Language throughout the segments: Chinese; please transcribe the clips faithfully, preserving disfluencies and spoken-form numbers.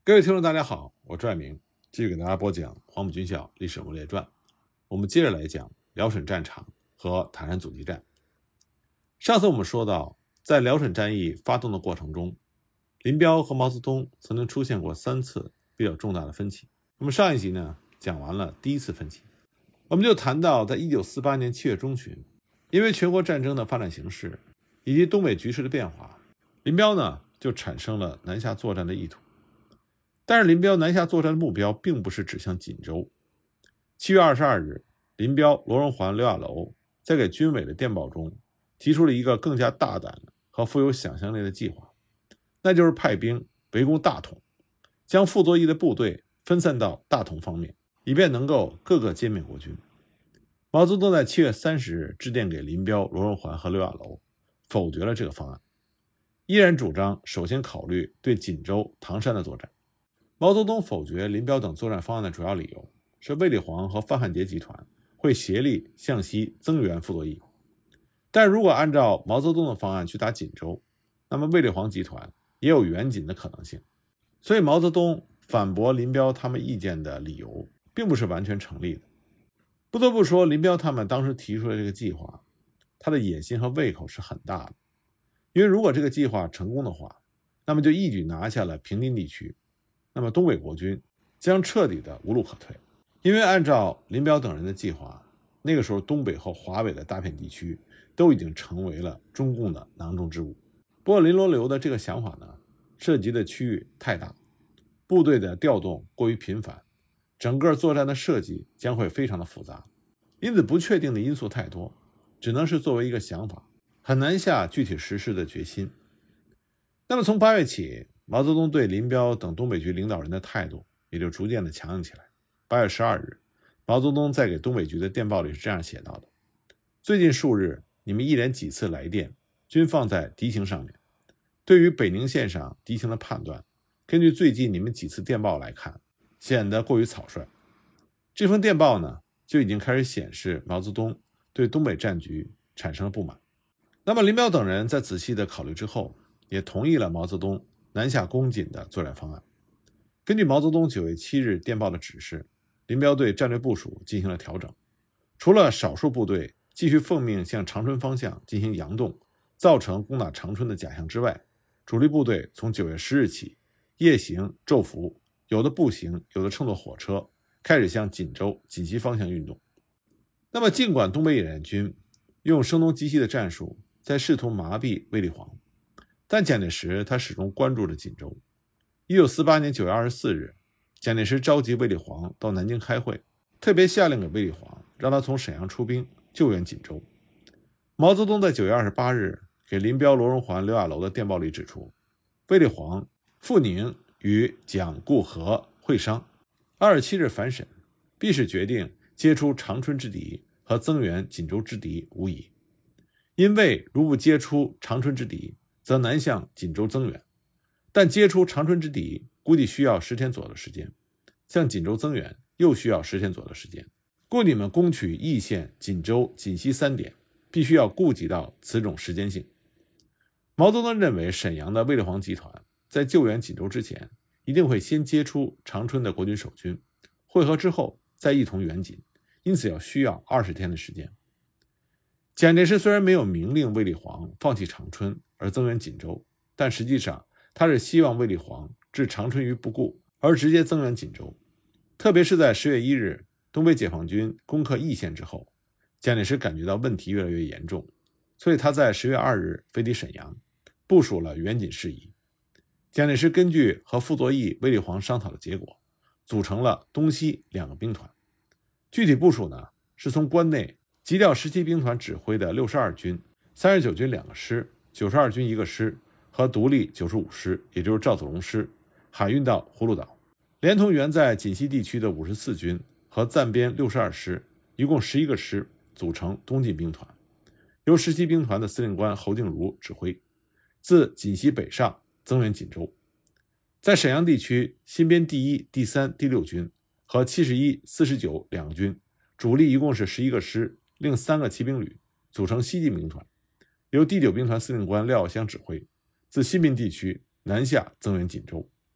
各位听众大家好，我拽明继续给大家播讲黄埔军校历史人物列传。我们接着来讲辽沈战场和坦山阻击战。上次我们说到，在辽沈战役发动的过程中，林彪和毛泽东曾经出现过三次比较重大的分歧。那么上一集呢，讲完了第一次分歧，我们就谈到在一九四八年七月中旬，因为全国战争的发展形势以及东北局势的变化，林彪呢就产生了南下作战的意图。但是林彪南下作战的目标并不是指向锦州。七月二十二日，林彪、罗荣桓、刘亚楼在给军委的电报中提出了一个更加大胆和富有想象力的计划，那就是派兵围攻大同，将傅作义的部队分散到大同方面，以便能够各个歼灭国军。毛泽东在七月三十日致电给林彪、罗荣桓和刘亚楼，否决了这个方案，依然主张首先考虑对锦州、唐山的作战。毛泽东否决林彪等作战方案的主要理由是卫立煌和范汉杰集团会协力向西增援傅作义，但如果按照毛泽东的方案去打锦州，那么卫立煌集团也有援锦的可能性。所以毛泽东反驳林彪他们意见的理由并不是完全成立的。不得不说，林彪他们当时提出的这个计划，他的野心和胃口是很大的，因为如果这个计划成功的话，那么就一举拿下了平津地区，那么东北国军将彻底的无路可退。因为按照林彪等人的计划，那个时候东北和华北的大片地区都已经成为了中共的囊中之物。不过林罗流的这个想法呢，涉及的区域太大，部队的调动过于频繁，整个作战的设计将会非常的复杂，因此不确定的因素太多，只能是作为一个想法，很难下具体实施的决心。那么从八月起，毛泽东对林彪等东北局领导人的态度也就逐渐的强硬起来。八月十二日，毛泽东在给东北局的电报里是这样写到的：最近数日，你们一连几次来电均放在敌情上面，对于北宁线上敌情的判断，根据最近你们几次电报来看，显得过于草率。这封电报呢，就已经开始显示毛泽东对东北战局产生了不满。那么林彪等人在仔细的考虑之后，也同意了毛泽东南下攻锦的作战方案。根据毛泽东九月七日电报的指示，林彪对战略部署进行了调整，除了少数部队继续奉命向长春方向进行佯动，造成攻打长春的假象之外，主力部队从九月十日起夜行昼伏，有的步行，有的乘坐火车，开始向锦州、锦西方向运动。那么尽管东北野战军用声东击西的战术在试图麻痹卫立煌，但蒋介石他始终关注着锦州。一九四八年九月二十四日，蒋介石召集卫立煌到南京开会，特别下令给卫立煌，让他从沈阳出兵救援锦州。毛泽东在九月二十八日给林彪、罗荣桓、刘亚楼的电报里指出，卫立煌、傅宁与蒋顾和会商，二十七日反审，必是决定接出长春之敌和增援锦州之敌无疑。因为如不接出长春之敌，则难向锦州增援，但接出长春之敌估计需要十天左右的时间，向锦州增援又需要十天左右的时间，故你们攻取易县、锦州、锦西三点，必须要顾及到此种时间性。毛泽东认为沈阳的卫立煌集团在救援锦州之前，一定会先接出长春的国军守军，会合之后再一同援锦，因此要需要二十天的时间。蒋介石虽然没有明令卫立煌放弃长春而增援锦州，但实际上他是希望卫立煌置长春于不顾，而直接增援锦州。特别是在十月一日东北解放军攻克易县之后，蒋介石感觉到问题越来越严重，所以他在十月二日飞抵沈阳，部署了援锦事宜。蒋介石根据和傅作义、卫立煌商讨的结果，组成了东西两个兵团。具体部署呢，是从关内急调十七兵团指挥的六十二军、三十九军两个师、九十二军一个师和独立九十五师，也就是赵子龙师，海运到葫芦岛，连同原在锦西地区的五十四军和暂编六十二师，一共十一个师，组成东进兵团，由十七兵团的司令官侯静茹指挥，自锦西北上增援锦州。在沈阳地区，新编第一、第三、第六军和七十一、四十九两个军，主力一共是十一个师，另三个骑兵旅，组成西进兵团，由第九兵团司令官廖耀湘指挥，自新民地区南下增援锦州。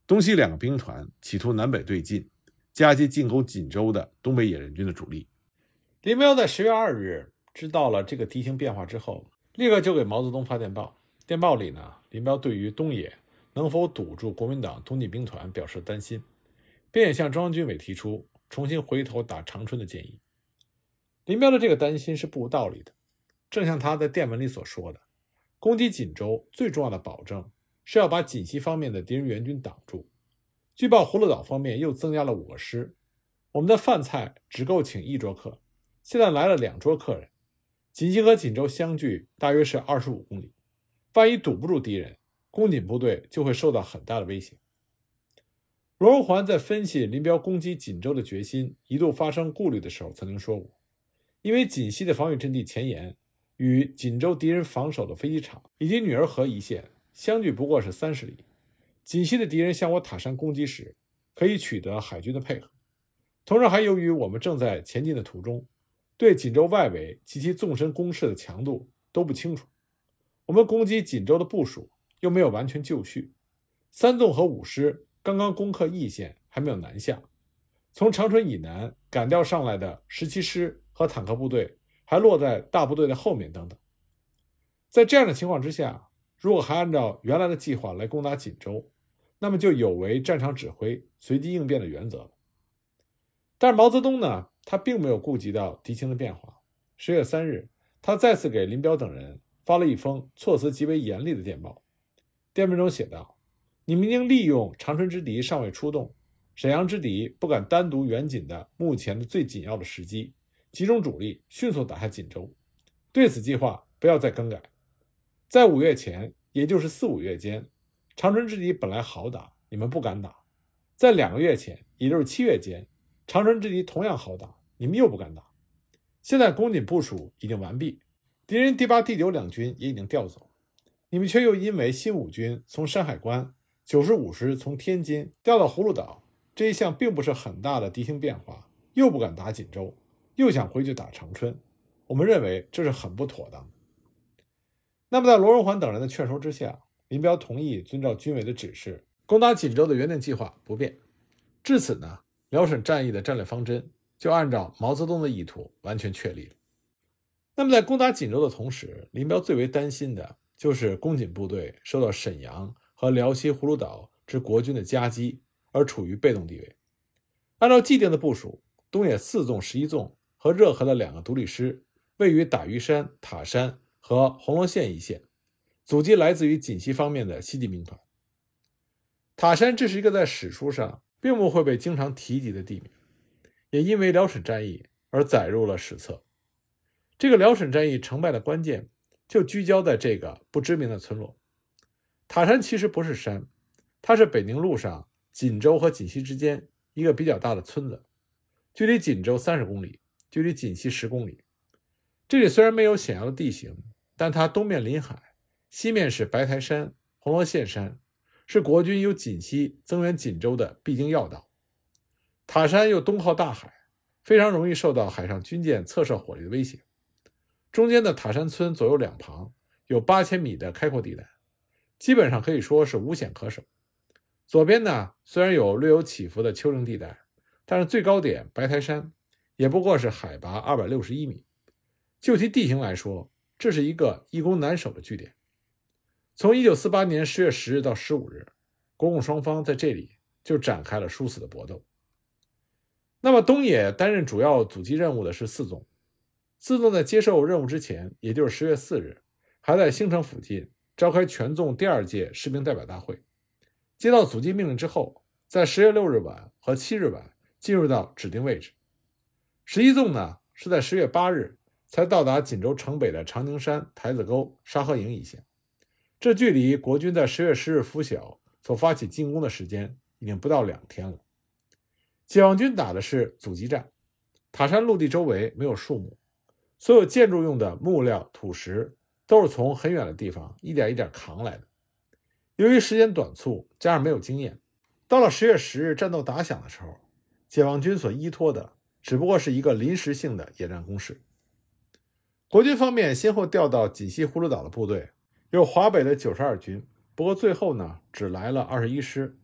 东西两个兵团企图南北对进，夹击进攻锦州的东北野人军的主力。林彪在十月二日知道了这个敌情变化之后，立刻就给毛泽东发电报。电报里呢，林彪对于东野能否堵住国民党东进兵团表示担心，并也向中央军委提出重新回头打长春的建议。林彪的这个担心是不无道理的，正像他在电文里所说的，攻击锦州最重要的保证是要把锦西方面的敌人援军挡住。据报葫芦岛方面又增加了五个师，我们的饭菜只够请一桌客，现在来了两桌客人，锦西和锦州相距大约是二十五公里，万一堵不住敌人，攻锦部队就会受到很大的威胁。罗荣桓在分析林彪攻击锦州的决心一度发生顾虑的时候曾经说过，因为锦西的防御阵地前沿与锦州敌人防守的飞机场以及女儿河一线相距不过是三十里，锦西的敌人向我塔山攻击时可以取得海军的配合，同时还由于我们正在前进的途中，对锦州外围及其纵深攻势的强度都不清楚，我们攻击锦州的部署又没有完全就绪，三纵和五师刚刚攻克易县还没有南下，从长春以南赶调上来的十七师和坦克部队还落在大部队的后面等等。在这样的情况之下，如果还按照原来的计划来攻打锦州，那么就有违战场指挥随机应变的原则了。但是毛泽东呢，他并没有顾及到敌情的变化。十月三日，他再次给林彪等人发了一封措辞极为严厉的电报。电文中写道：你们应利用长春之敌尚未出动，沈阳之敌不敢单独援锦的目前的最紧要的时机，集中主力迅速打下锦州，对此计划不要再更改。在五月前，也就是四五月间，长春之敌本来好打，你们不敢打；在两个月前，也就是七月间，长春之敌同样好打，你们又不敢打。现在攻锦部署已经完毕，敌人第八、第九两军也已经调走，你们却又因为新五军从山海关、九十五师从天津调到葫芦岛，这一项并不是很大的敌情变化，又不敢打锦州，又想回去打长春，我们认为这是很不妥当的。那么在罗荣桓等人的劝说之下，林彪同意遵照军委的指示，攻打锦州的原定计划不变。至此呢，辽沈战役的战略方针就按照毛泽东的意图完全确立了。那么在攻打锦州的同时，林彪最为担心的就是攻锦部队受到沈阳和辽西葫芦岛之国军的夹击而处于被动地位。按照既定的部署，东野四纵、十一纵和热河的两个独立师位于打鱼山、塔山和红螺县一线，阻击来自于锦西方面的西进兵团。塔山这是一个在史书上并不会被经常提及的地名，也因为辽沈战役而载入了史册。这个辽沈战役成败的关键就聚焦在这个不知名的村落。塔山其实不是山，它是北宁路上锦州和锦西之间一个比较大的村子，距离锦州三十公里，距离锦西十公里。这里虽然没有险要的地形，但它东面临海，西面是白台山、红螺县山，是国军由锦西增援锦州的必经要道。塔山又东靠大海，非常容易受到海上军舰侧射火力的威胁。中间的塔山村左右两旁有八千米的开阔地带，基本上可以说是无险可守。左边呢，虽然有略有起伏的丘陵地带，但是最高点白台山也不过是海拔二百六十一米。就其地形来说，这是一个易攻难守的据点。从一九四八年十月十日到十五日，国共双方在这里就展开了殊死的搏斗。那么东野担任主要阻击任务的是四纵。四纵在接受任务之前，也就是十月四日，还在兴城附近召开全纵第二届士兵代表大会。接到阻击命令之后，在十月六日晚和七日晚进入到指定位置。十一纵呢，是在十月八日才到达锦州城北的长宁山、台子沟、沙河营一线，这距离国军在十月十日拂晓所发起进攻的时间已经不到两天了。解放军打的是阻击战，塔山陆地周围没有树木，所有建筑用的木料、土石都是从很远的地方一点一点扛来的。由于时间短促，加上没有经验，到了十月十日战斗打响的时候，解放军所依托的只不过是一个临时性的野战工事。国军方面先后调到锦西葫芦岛的部队有华北的九十二军，不过最后呢只来了二十一师，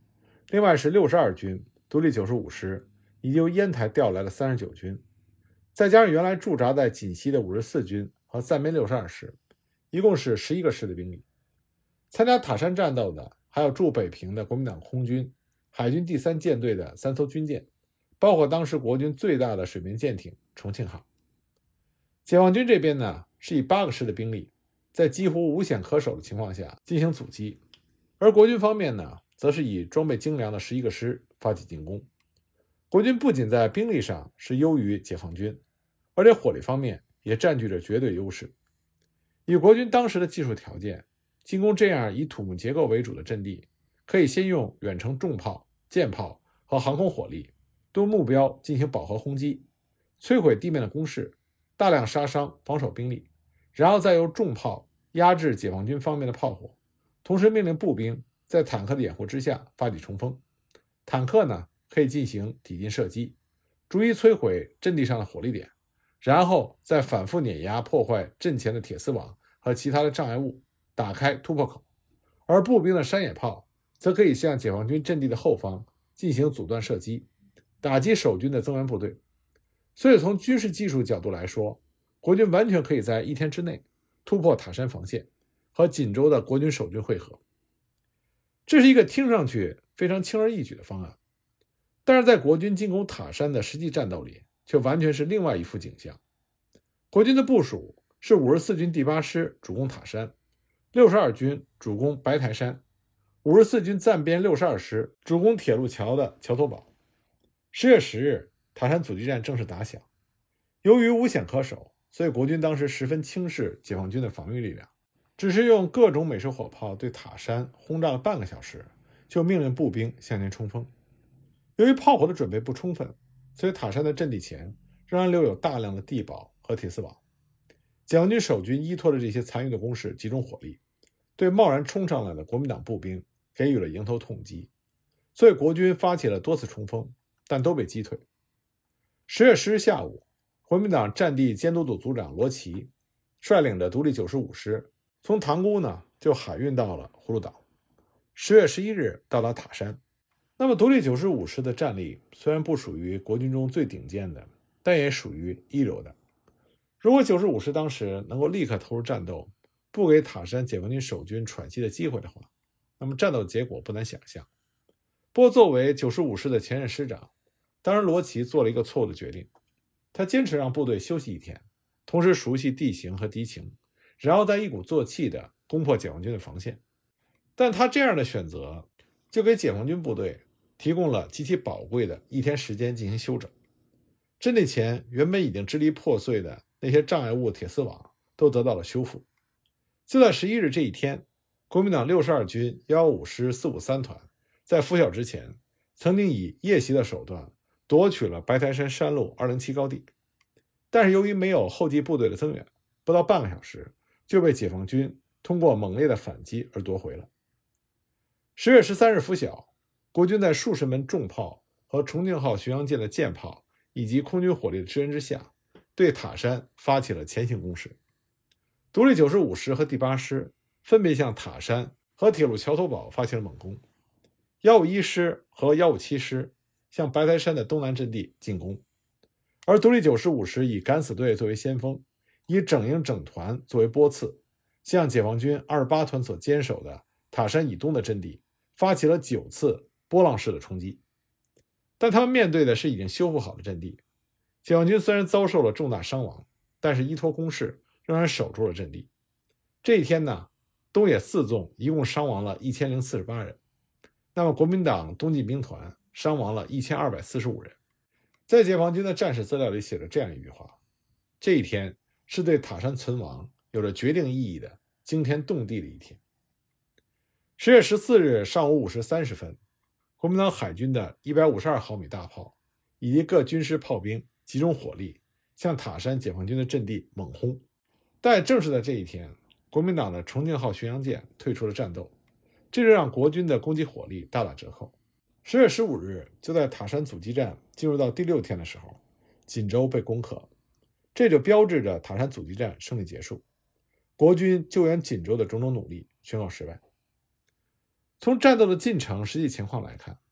另外是六十二军、独立九十五师以及由烟台调来的三十九军，再加上原来驻扎在锦西的五十四军和暂编六十二师，一共是十一个师的兵力。参加塔山战斗的还有驻北平的国民党空军、海军第三舰队的三艘军舰，包括当时国军最大的水面舰艇重庆号。解放军这边呢，是以八个师的兵力，在几乎无险可守的情况下进行阻击，而国军方面呢，则是以装备精良的十一个师发起进攻。国军不仅在兵力上是优于解放军，而且火力方面也占据着绝对优势。以国军当时的技术条件，进攻这样以土木结构为主的阵地，可以先用远程重炮、舰炮和航空火力对目标进行饱和轰击，摧毁地面的工事，大量杀伤防守兵力，然后再由重炮压制解放军方面的炮火，同时命令步兵在坦克的掩护之下发起冲锋。坦克呢，可以进行抵近射击，逐一摧毁阵地上的火力点，然后再反复碾压破坏阵前的铁丝网和其他的障碍物，打开突破口。而步兵的山野炮则可以向解放军阵地的后方进行阻断射击，打击守军的增援部队。所以从军事技术角度来说，国军完全可以在一天之内突破塔山防线，和锦州的国军守军会合。这是一个听上去非常轻而易举的方案，但是在国军进攻塔山的实际战斗里，却完全是另外一幅景象。国军的部署是五十四军第八师主攻塔山，六十二军主攻白台山，五十四军暂编六十二师主攻铁路桥的桥头堡。十月十日，塔山阻击战正式打响。由于无险可守，所以国军当时十分轻视解放军的防御力量，只是用各种美式火炮对塔山轰炸了半个小时，就命令步兵向前冲锋。由于炮火的准备不充分，所以塔山的阵地前仍然留有大量的地堡和铁丝网。解放军守军依托着这些残余的工事集中火力，对贸然冲上来的国民党步兵给予了迎头痛击，所以国军发起了多次冲锋，但都被击退。十月十日下午，国民党战地监督组组长罗奇率领着独立九十五师从塘沽呢就海运到了葫芦岛，十月十一日到达塔山。那么独立九十五师的战力虽然不属于国军中最顶尖的，但也属于一流的。如果九十五师当时能够立刻投入战斗，不给塔山解放军守军喘息的机会的话，那么战斗结果不难想象。不过作为九十五师的前任师长，当然罗奇做了一个错误的决定，他坚持让部队休息一天，同时熟悉地形和敌情，然后再一鼓作气地攻破解放军的防线。但他这样的选择就给解放军部队提供了极其宝贵的一天时间进行休整。阵地前原本已经支离破碎的那些障碍物铁丝网都得到了修复。就在十一日这一天，国民党六十二军一一五师四五三团在拂晓之前曾经以夜袭的手段夺取了白台山山路二零七高地，但是由于没有后继部队的增援，不到半个小时就被解放军通过猛烈的反击而夺回了。十月十三日拂晓，国军在数十门重炮和重庆号巡洋舰的舰炮以及空军火力的支援之下，对塔山发起了前行攻势。独立九十五师和第八师分别向塔山和铁路桥头堡发起了猛攻，一五一师和一五七师向白台山的东南阵地进攻，而独立九十五师以敢死队作为先锋，以整营整团作为波次，向解放军二十八团所坚守的塔山以东的阵地发起了九次波浪式的冲击。但他们面对的是已经修复好的阵地，解放军虽然遭受了重大伤亡，但是依托工事仍然守住了阵地。这一天呢，东野四纵一共伤亡了一千零四十八人，那么国民党东进兵团伤亡了一千二百四十五人。在解放军的战史资料里写了这样一句话：这一天是对塔山存亡有着决定意义的惊天动地的一天。十月十四日上午五时三十分，国民党海军的一百五十二毫米大炮以及各军师炮兵集中火力向塔山解放军的阵地猛轰。但正是在这一天，国民党的重庆号巡洋舰退出了战斗，这就让国军的攻击火力大打折扣。十月十五日，就在塔山阻击战进入到第六天的时候，锦州被攻克，这就标志着塔山阻击战胜利结束，国军救援锦州的种种努力宣告失败。从战斗的进程实际情况来看，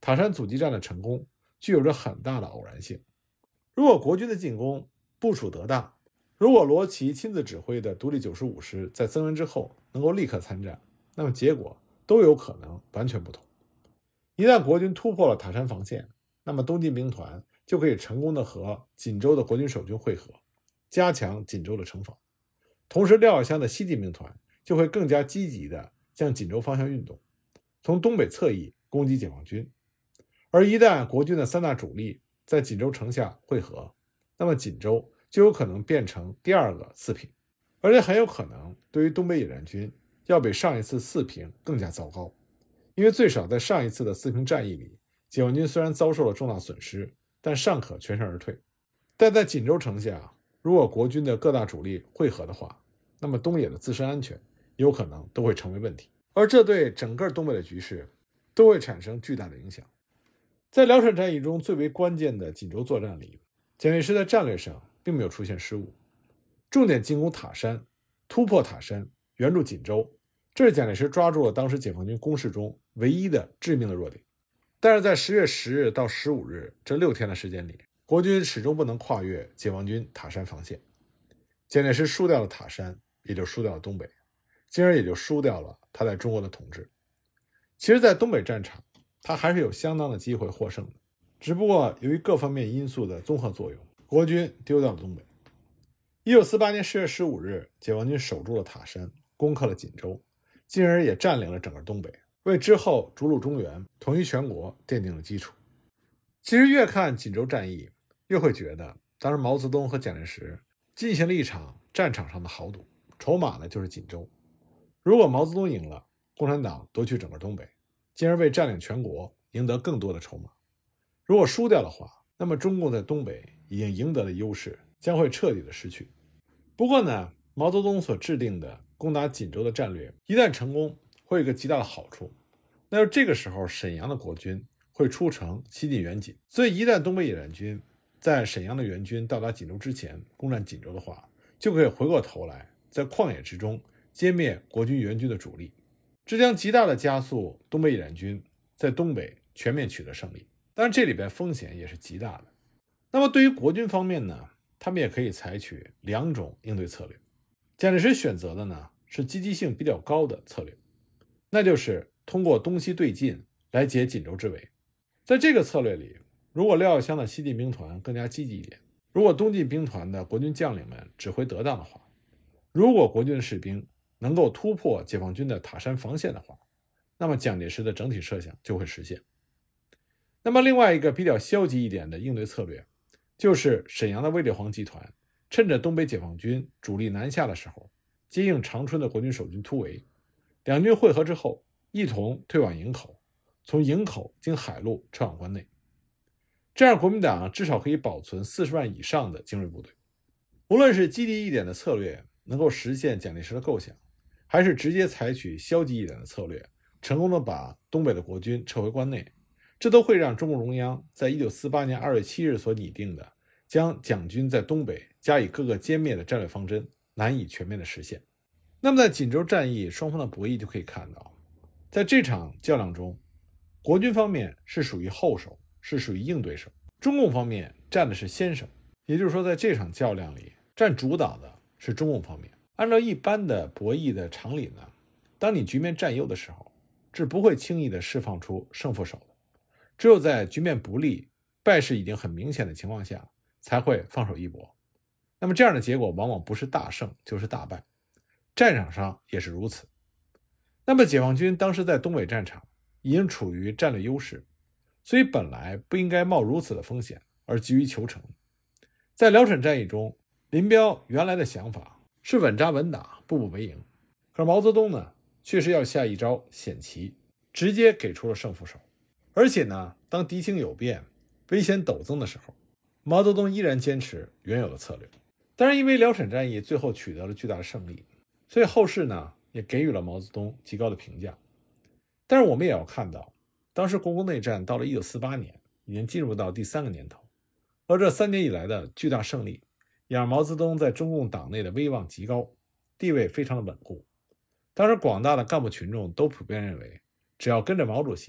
塔山阻击战的成功具有着很大的偶然性。如果国军的进攻部署得当，如果罗奇亲自指挥的独立九十五师在增援之后能够立刻参战，那么结果都有可能完全不同。一旦国军突破了塔山防线，那么东进兵团就可以成功的和锦州的国军守军会合，加强锦州的城防。同时廖耀湘的西进兵团就会更加积极地向锦州方向运动，从东北侧翼攻击解放军。而一旦国军的三大主力在锦州城下会合，那么锦州就有可能变成第二个四平，而且很有可能对于东北野战军要比上一次四平更加糟糕。因为最少在上一次的四平战役里，解放军虽然遭受了重大损失，但尚可全身而退。但在锦州城下，如果国军的各大主力会合的话，那么东野的自身安全有可能都会成为问题，而这对整个东北的局势都会产生巨大的影响。在辽沈战役中最为关键的锦州作战里，蒋介石在战略上并没有出现失误，重点进攻塔山，突破塔山，援助锦州，这是蒋介石抓住了当时解放军攻势中唯一的致命的弱点。但是在十月十日到十五日这六天的时间里，国军始终不能跨越解放军塔山防线，蒋介石输掉了塔山，也就输掉了东北，进而也就输掉了他在中国的统治。其实在东北战场他还是有相当的机会获胜的，只不过由于各方面因素的综合作用，国军丢掉了东北。一九四八年十月十五日，解放军守住了塔山，攻克了锦州，进而也占领了整个东北，为之后逐鹿中原、统一全国奠定了基础。其实越看锦州战役，越会觉得当时毛泽东和蒋介石进行了一场战场上的豪赌，筹码呢就是锦州。如果毛泽东赢了，共产党夺取整个东北，进而为占领全国赢得更多的筹码；如果输掉的话，那么中共在东北已经赢得的优势将会彻底的失去。不过呢，毛泽东所制定的攻打锦州的战略一旦成功，会有一个极大的好处，那就是这个时候沈阳的国军会出城西进援锦，所以一旦东北野战军在沈阳的援军到达锦州之前攻占锦州的话，就可以回过头来在旷野之中歼灭国军援军的主力，这将极大的加速东北野战军在东北全面取得胜利。当然这里边风险也是极大的。那么对于国军方面呢，他们也可以采取两种应对策略。蒋介石选择的呢是积极性比较高的策略，那就是通过东西对进来解锦州之围。在这个策略里，如果廖耀湘的西进兵团更加积极一点，如果东进兵团的国军将领们指挥得当的话，如果国军的士兵能够突破解放军的塔山防线的话，那么蒋介石的整体设想就会实现。那么另外一个比较消极一点的应对策略，就是沈阳的卫立煌集团趁着东北解放军主力南下的时候，接应长春的国军守军突围，两军会合之后一同退往营口，从营口经海路撤往关内。这样国民党至少可以保存四十万以上的精锐部队。无论是积极一点的策略能够实现蒋介石的构想，还是直接采取消极一点的策略，成功的把东北的国军撤回关内，这都会让中共中央在一九四八年二月七日所拟定的将蒋军在东北加以各个歼灭的战略方针难以全面的实现。那么在锦州战役双方的博弈就可以看到，在这场较量中，国军方面是属于后手，是属于应对手，中共方面占的是先手。也就是说，在这场较量里占主导的是中共方面。按照一般的博弈的常理呢，当你局面占优的时候，是不会轻易的释放出胜负手的，只有在局面不利、败势已经很明显的情况下才会放手一搏。那么这样的结果往往不是大胜就是大败，战场上也是如此。那么解放军当时在东北战场已经处于战略优势，所以本来不应该冒如此的风险而急于求成。在辽沈战役中，林彪原来的想法是稳扎稳打，步步为营，可是毛泽东呢确实要下一招险棋，直接给出了胜负手。而且呢，当敌情有变，危险陡增的时候，毛泽东依然坚持原有的策略。当然因为辽沈战役最后取得了巨大的胜利，所以后世呢也给予了毛泽东极高的评价。但是我们也要看到，当时国共内战到了一九四八年，已经进入到第三个年头，而这三年以来的巨大胜利也让毛泽东在中共党内的威望极高，地位非常的稳固。当时广大的干部群众都普遍认为，只要跟着毛主席，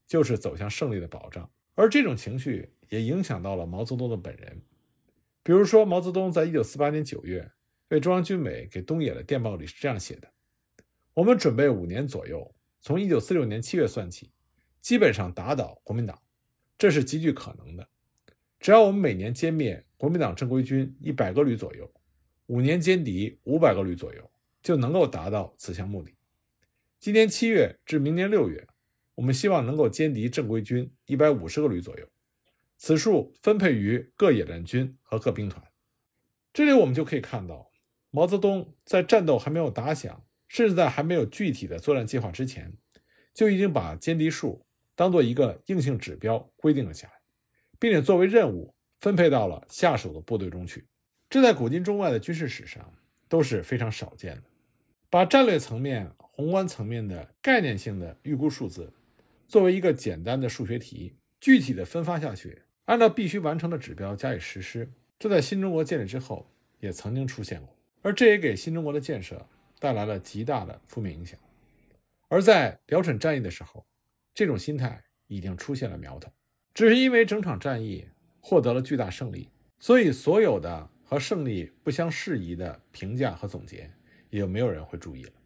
就是走向胜利的保障。而这种情绪也影响到了毛泽东的本人。比如说，毛泽东在一九四八年九月对中央军委给东野的电报里是这样写的：我们准备五年左右，从一九四六年七月算起，基本上打倒国民党，这是极具可能的。只要我们每年歼灭国民党正规军一百个旅左右，五年歼敌五百个旅左右，就能够达到此项目的。今年七月至明年六月，我们希望能够歼敌正规军一百五十个旅左右，此数分配于各野战军和各兵团。这里我们就可以看到，毛泽东在战斗还没有打响，甚至在还没有具体的作战计划之前，就已经把歼敌数当作一个硬性指标规定了下来，并且作为任务分配到了下属的部队中去。这在古今中外的军事史上都是非常少见的。把战略层面、宏观层面的概念性的预估数字作为一个简单的数学题，具体的分发下去，按照必须完成的指标加以实施，这在新中国建立之后也曾经出现过，而这也给新中国的建设带来了极大的负面影响。而在辽沈战役的时候，这种心态已经出现了苗头。只是因为整场战役获得了巨大胜利，所以所有的和胜利不相适宜的评价和总结也就没有人会注意了。